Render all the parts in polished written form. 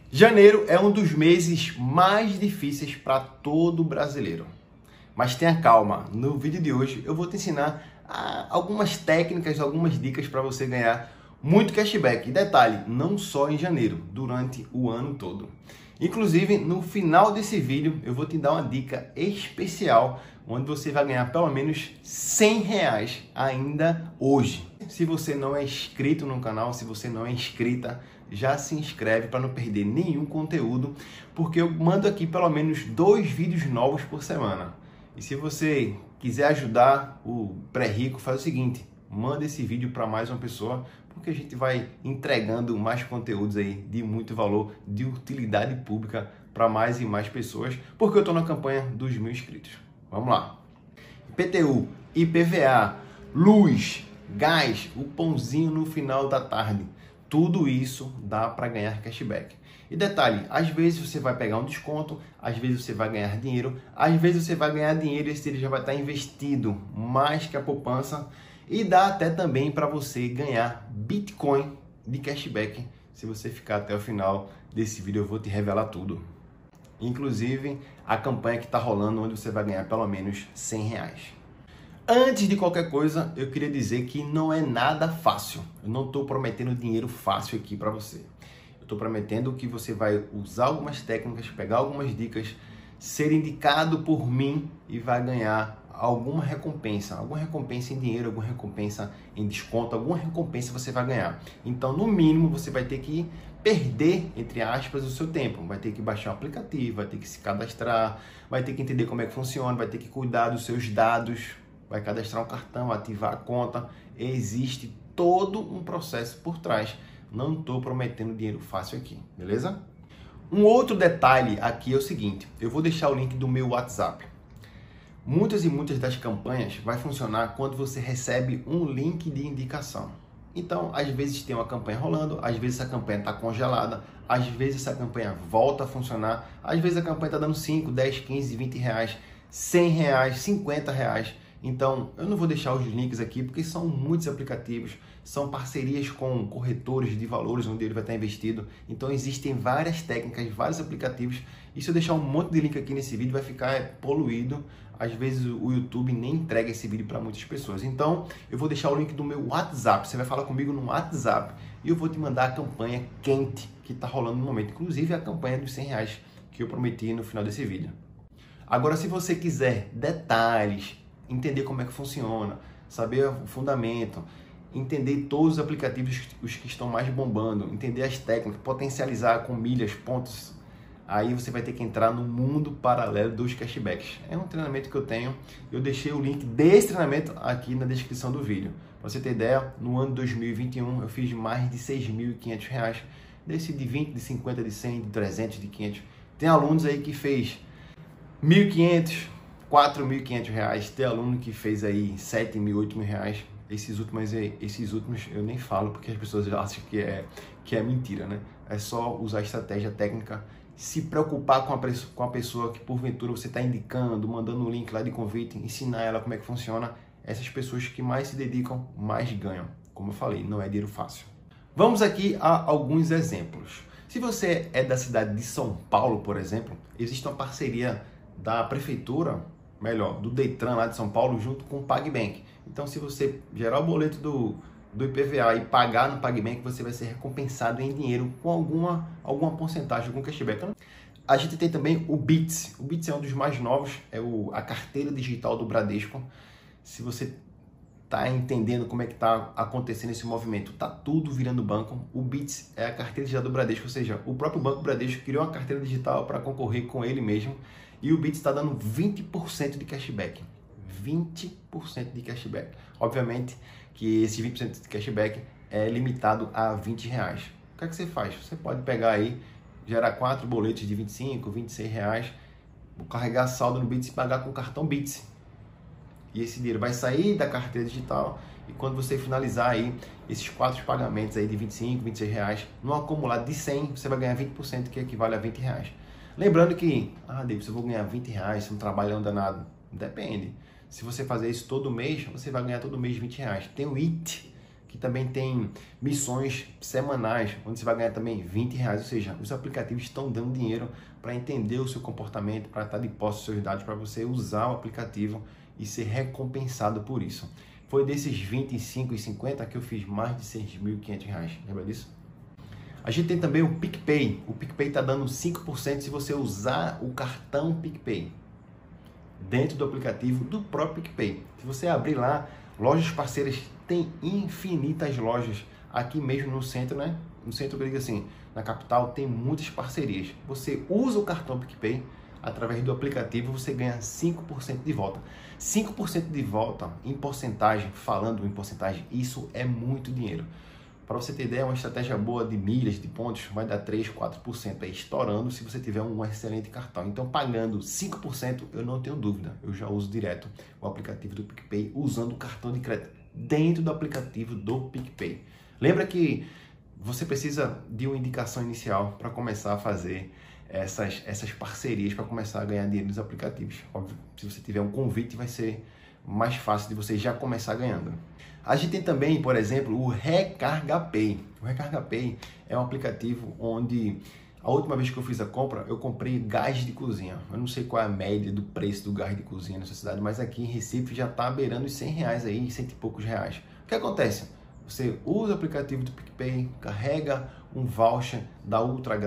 Janeiro é um dos meses mais difíceis para todo brasileiro. Mas tenha calma, no vídeo de hoje eu vou te ensinar algumas técnicas, algumas dicas para você ganhar muito cashback. E detalhe, não só em janeiro, durante o ano todo. Inclusive, no final desse vídeo eu vou te dar uma dica especial, onde você vai ganhar pelo menos R$100 ainda hoje. Se você não é inscrito no canal, se você não é inscrita, já se inscreve para não perder nenhum conteúdo, porque eu mando aqui pelo menos 2 vídeos novos por semana. E se você quiser ajudar o pré-rico, faz o seguinte, manda esse vídeo para mais uma pessoa, porque a gente vai entregando mais conteúdos aí de muito valor, de utilidade pública para mais e mais pessoas, porque eu estou na campanha dos 1000 inscritos. Vamos lá. IPTU, IPVA, luz, gás, o pãozinho no final da tarde. Tudo isso dá para ganhar cashback. E detalhe, às vezes você vai pegar um desconto, às vezes você vai ganhar dinheiro, às vezes você vai ganhar dinheiro e esse dinheiro já vai estar investido mais que a poupança. E dá até também para você ganhar Bitcoin de cashback. Se você ficar até o final desse vídeo, eu vou te revelar tudo. Inclusive, a campanha que está rolando, onde você vai ganhar pelo menos R$100. Antes de qualquer coisa, eu queria dizer que não é nada fácil. Eu não estou prometendo dinheiro fácil aqui para você. Eu estou prometendo que você vai usar algumas técnicas, pegar algumas dicas, ser indicado por mim e vai ganhar alguma recompensa em dinheiro, alguma recompensa em desconto, alguma recompensa você vai ganhar. Então, no mínimo, você vai ter que perder, entre aspas, o seu tempo. Vai ter que baixar o aplicativo, vai ter que se cadastrar, vai ter que entender como é que funciona, vai ter que cuidar dos seus dados, vai cadastrar um cartão, ativar a conta. Existe todo um processo por trás. Não estou prometendo dinheiro fácil aqui, beleza? Um outro detalhe aqui é o seguinte, eu vou deixar o link do meu WhatsApp. Muitas e muitas das campanhas vai funcionar quando você recebe um link de indicação. Então, às vezes tem uma campanha rolando, às vezes essa campanha está congelada, às vezes essa campanha volta a funcionar, às vezes a campanha está dando 5, 10, 15, 20 reais, 100 reais, 50 reais. Então, eu não vou deixar os links aqui porque são muitos aplicativos, são parcerias com corretores de valores onde ele vai estar investido. Então, existem várias técnicas, vários aplicativos. E se eu deixar um monte de link aqui nesse vídeo, vai ficar poluído. Às vezes o YouTube nem entrega esse vídeo para muitas pessoas. Então, eu vou deixar o link do meu WhatsApp. Você vai falar comigo no WhatsApp e eu vou te mandar a campanha quente que está rolando no momento. Inclusive, a campanha dos R$100 que eu prometi no final desse vídeo. Agora, se você quiser detalhes, entender como é que funciona, saber o fundamento, entender todos os aplicativos, os que estão mais bombando, entender as técnicas, potencializar com milhas, pontos, aí você vai ter que entrar no mundo paralelo dos cashbacks. É um treinamento que eu tenho, eu deixei o link desse treinamento aqui na descrição do vídeo. Para você ter ideia, no ano 2021 eu fiz mais de R$6.500, desse de 20, de 50, de 100, de 300, de 500. Tem alunos aí que fez R$1.500, R$4.500, tem aluno que fez aí R$7.000, R$8.000. Esses últimos eu nem falo porque as pessoas já acham que é mentira, né? É só usar estratégia técnica, se preocupar com a pessoa que porventura você está indicando, mandando um link lá de convite, ensinar ela como é que funciona. Essas pessoas que mais se dedicam, mais ganham. Como eu falei, não é dinheiro fácil. Vamos aqui a alguns exemplos. Se você é da cidade de São Paulo, por exemplo, existe uma parceria da prefeitura, melhor, do Detran lá de São Paulo, junto com o PagBank. Então, se você gerar o boleto do IPVA e pagar no PagBank, você vai ser recompensado em dinheiro com alguma porcentagem, algum cashback. A gente tem também o Bits. O Bits é um dos mais novos, é a carteira digital do Bradesco. Se você está entendendo como é que está acontecendo esse movimento, está tudo virando banco. O Bits é a carteira digital do Bradesco, ou seja, o próprio Banco Bradesco criou uma carteira digital para concorrer com ele mesmo. E o Bits está dando 20% de cashback. 20% de cashback. Obviamente que esse 20% de cashback é limitado a R$20. O que é que você faz? Você pode pegar aí, gerar 4 boletos de 25, R$26, carregar saldo no Bits e pagar com o cartão Bits. E esse dinheiro vai sair da carteira digital e quando você finalizar aí esses 4 pagamentos aí de 25, R$26, no acumulado de 100, você vai ganhar 20%, que equivale a R$20. Lembrando que, David, se eu vou ganhar R$20, se não trabalho não dá nada. Depende. Se você fazer isso todo mês, você vai ganhar todo mês R$20. Tem o IT, que também tem missões semanais, onde você vai ganhar também R$20, ou seja, os aplicativos estão dando dinheiro para entender o seu comportamento, para estar de posse dos seus dados, para você usar o aplicativo e ser recompensado por isso. Foi desses 25 e 50 que eu fiz mais de R$6.500, lembra disso? A gente tem também o PicPay. O PicPay está dando 5% se você usar o cartão PicPay dentro do aplicativo do próprio PicPay. Se você abrir lá, lojas parceiras, tem infinitas lojas aqui mesmo no centro, né? No centro, eu digo assim, na capital tem muitas parcerias. Você usa o cartão PicPay, através do aplicativo você ganha 5% de volta. 5% de volta em porcentagem, falando em porcentagem, isso é muito dinheiro. Para você ter ideia, uma estratégia boa de milhas, de pontos, vai dar 3, 4% aí, estourando se você tiver um excelente cartão. Então, pagando 5%, eu não tenho dúvida, eu já uso direto o aplicativo do PicPay, usando o cartão de crédito dentro do aplicativo do PicPay. Lembra que você precisa de uma indicação inicial para começar a fazer essas parcerias, para começar a ganhar dinheiro nos aplicativos. Óbvio, se você tiver um convite, vai ser mais fácil de você já começar ganhando. A gente tem também, por exemplo, o Recarga Pay. O Recarga Pay é um aplicativo onde a última vez que eu fiz a compra, eu comprei gás de cozinha. Eu não sei qual é a média do preço do gás de cozinha nessa cidade, mas aqui em Recife já está beirando os R$100 aí, cento e poucos reais. O que acontece? Você usa o aplicativo do PicPay, carrega um voucher da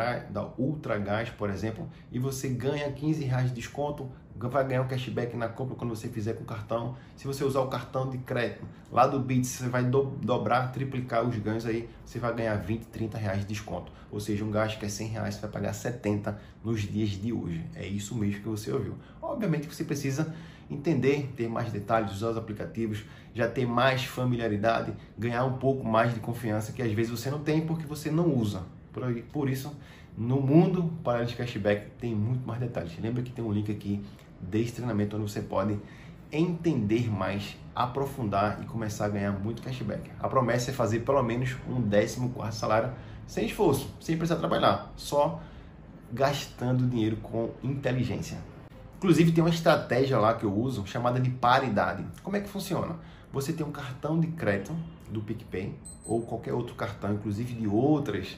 Ultragás, por exemplo, e você ganha R$15 de desconto, vai ganhar um cashback na compra quando você fizer com o cartão. Se você usar o cartão de crédito lá do Bits, você vai dobrar, triplicar os ganhos aí, você vai ganhar R$20, R$30 de desconto. Ou seja, um gasto que é R$100, você vai pagar 70 nos dias de hoje. É isso mesmo que você ouviu. Obviamente que você precisa entender, ter mais detalhes, usar os aplicativos, já ter mais familiaridade, ganhar um pouco mais de confiança que às vezes você não tem porque você não usa. Por isso, no mundo para de cashback tem muito mais detalhes. Lembra que tem um link aqui desse treinamento onde você pode entender mais, aprofundar e começar a ganhar muito cashback. A promessa é fazer pelo menos um 14º salário sem esforço, sem precisar trabalhar, só gastando dinheiro com inteligência. Inclusive tem uma estratégia lá que eu uso chamada de paridade. Como é que funciona? Você tem um cartão de crédito do PicPay ou qualquer outro cartão, inclusive de outras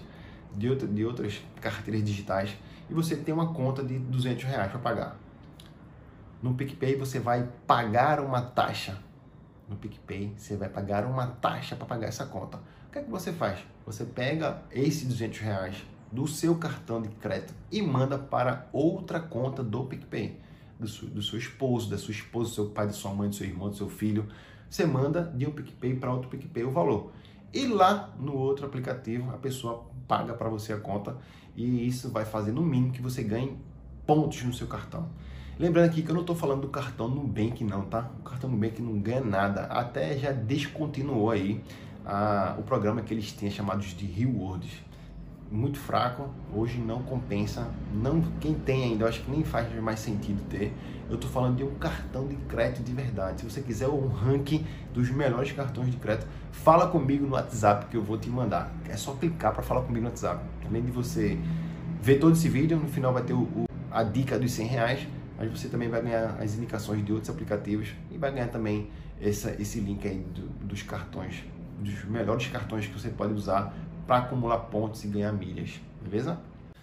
carteiras digitais, e você tem uma conta de R$200 para pagar. No PicPay você vai pagar uma taxa. No PicPay você vai pagar uma taxa para pagar essa conta. O que é que você faz? Você pega esses R$200 do seu cartão de crédito e manda para outra conta do PicPay. Do seu esposo, da sua esposa, do seu pai, da sua mãe, do seu irmão, do seu filho. Você manda de um PicPay para outro PicPay o valor. E lá no outro aplicativo a pessoa paga para você a conta e isso vai fazer no mínimo que você ganhe pontos no seu cartão. Lembrando aqui que eu não estou falando do cartão Nubank não, tá? O cartão Nubank não ganha nada, até já descontinuou aí o programa que eles têm chamados de Rewards. Muito fraco, hoje não compensa, quem tem ainda, eu acho que nem faz mais sentido ter. Eu estou falando de um cartão de crédito de verdade. Se você quiser um ranking dos melhores cartões de crédito, fala comigo no WhatsApp que eu vou te mandar. É só clicar para falar comigo no WhatsApp. Além de você ver todo esse vídeo, no final vai ter a dica dos R$100, mas você também vai ganhar as indicações de outros aplicativos e vai ganhar também esse link aí dos cartões, dos melhores cartões que você pode usar para acumular pontos e ganhar milhas, beleza?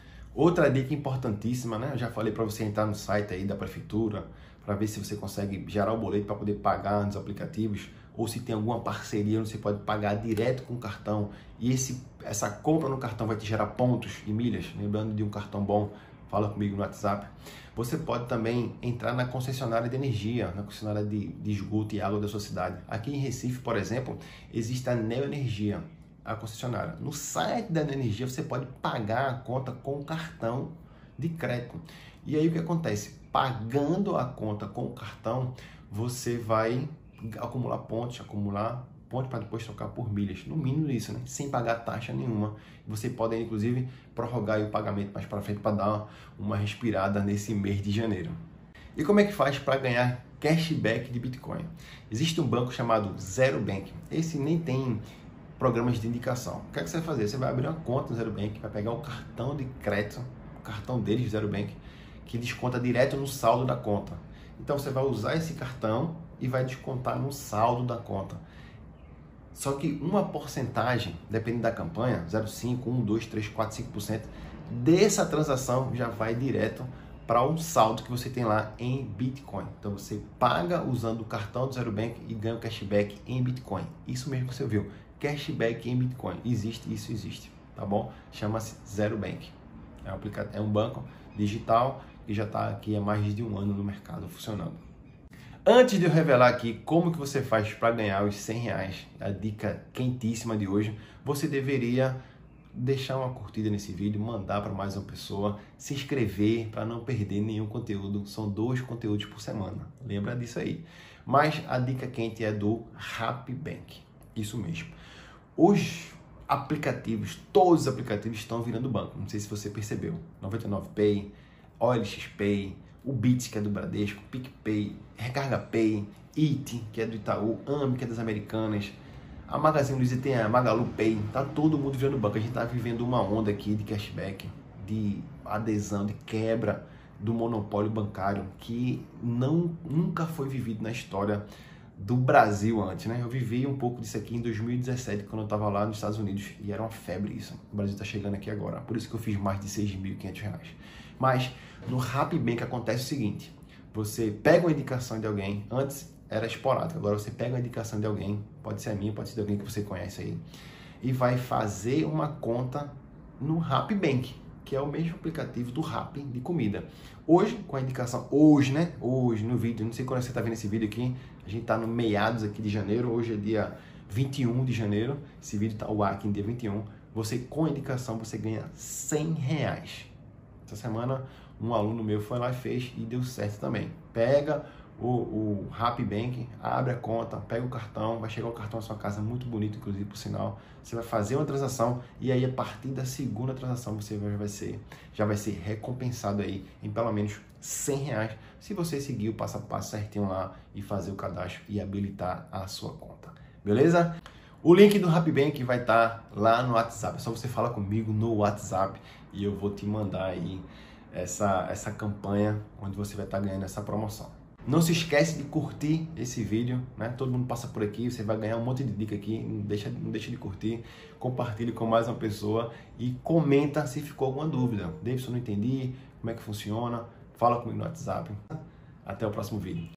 Outra dica importantíssima, né? Eu já falei para você entrar no site aí da prefeitura para ver se você consegue gerar o boleto para poder pagar nos aplicativos ou se tem alguma parceria onde você pode pagar direto com o cartão e essa compra no cartão vai te gerar pontos e milhas. Lembrando de um cartão bom, fala comigo no WhatsApp. Você pode também entrar na concessionária de energia, na concessionária de esgoto e água da sua cidade. Aqui em Recife, por exemplo, existe a Neoenergia, a concessionária. No site da Neoenergia você pode pagar a conta com cartão de crédito. E aí o que acontece? Pagando a conta com o cartão, você vai acumular pontos para depois trocar por milhas. No mínimo isso, né? Sem pagar taxa nenhuma. Você pode, inclusive, prorrogar o pagamento mais para frente para dar uma respirada nesse mês de janeiro. E como é que faz para ganhar cashback de Bitcoin? Existe um banco chamado Zero Bank. Esse nem tem programas de indicação. O que é que você vai fazer? Você vai abrir uma conta no Zero Bank, vai pegar o cartão de crédito, o cartão deles de Zero Bank, que desconta direto no saldo da conta. Então você vai usar esse cartão e vai descontar no saldo da conta. Só que uma porcentagem, dependendo da campanha, 0,5%, 1%, 2%, 3%, 4%, 5%, dessa transação já vai direto para um saldo que você tem lá em Bitcoin. Então você paga usando o cartão do Zero Bank e ganha o cashback em Bitcoin. Isso mesmo que você ouviu, cashback em Bitcoin. Existe, isso existe, tá bom? Chama-se Zero Bank. É um banco digital que já está aqui há mais de um ano no mercado funcionando. Antes de eu revelar aqui como que você faz para ganhar os R$100, a dica quentíssima de hoje, você deveria deixar uma curtida nesse vídeo, mandar para mais uma pessoa, se inscrever para não perder nenhum conteúdo. São 2 conteúdos por semana, lembra disso aí. Mas a dica quente é do Rapibank, isso mesmo. Os aplicativos, todos os aplicativos estão virando banco, não sei se você percebeu. 99Pay, OLX Pay, o Bits, que é do Bradesco, PicPay, Recarga Pay, Iti, que é do Itaú, Ame, que é das Americanas, a Magazine Luiza tem a Magalu Pay, tá todo mundo virando banco. A gente tá vivendo uma onda aqui de cashback, de adesão, de quebra do monopólio bancário que nunca foi vivido na história do Brasil antes, né? Eu vivi um pouco disso aqui em 2017, quando eu tava lá nos Estados Unidos, e era uma febre isso. O Brasil tá chegando aqui agora, por isso que eu fiz mais de R$6.500. Mas no Rapibank acontece o seguinte, você pega uma indicação de alguém, antes era esporádico, agora você pega uma indicação de alguém, pode ser a minha, pode ser de alguém que você conhece aí, e vai fazer uma conta no Rapibank, que é o mesmo aplicativo do Rappi de comida. Hoje, com a indicação, hoje no vídeo, não sei quando você está vendo esse vídeo aqui, a gente está no meados aqui de janeiro, hoje é dia 21 de janeiro, esse vídeo está ao ar aqui no dia 21, você com a indicação você ganha R$100. Essa semana um aluno meu foi lá e fez e deu certo também. Pega o Rapibank, abre a conta, pega o cartão, vai chegar o cartão na sua casa, muito bonito, inclusive, por sinal. Você vai fazer uma transação e aí, a partir da segunda transação, você já vai ser recompensado aí em pelo menos R$100, se você seguir o passo a passo certinho lá e fazer o cadastro e habilitar a sua conta. Beleza? O link do Rapibank vai estar lá no WhatsApp. É só você falar comigo no WhatsApp e eu vou te mandar aí essa campanha onde você vai estar ganhando essa promoção. Não se esquece de curtir esse vídeo, né? Todo mundo passa por aqui, você vai ganhar um monte de dica aqui, não deixa de curtir, compartilhe com mais uma pessoa e comenta se ficou alguma dúvida. Davidson, não entendi, como é que funciona, fala comigo no WhatsApp. Até o próximo vídeo.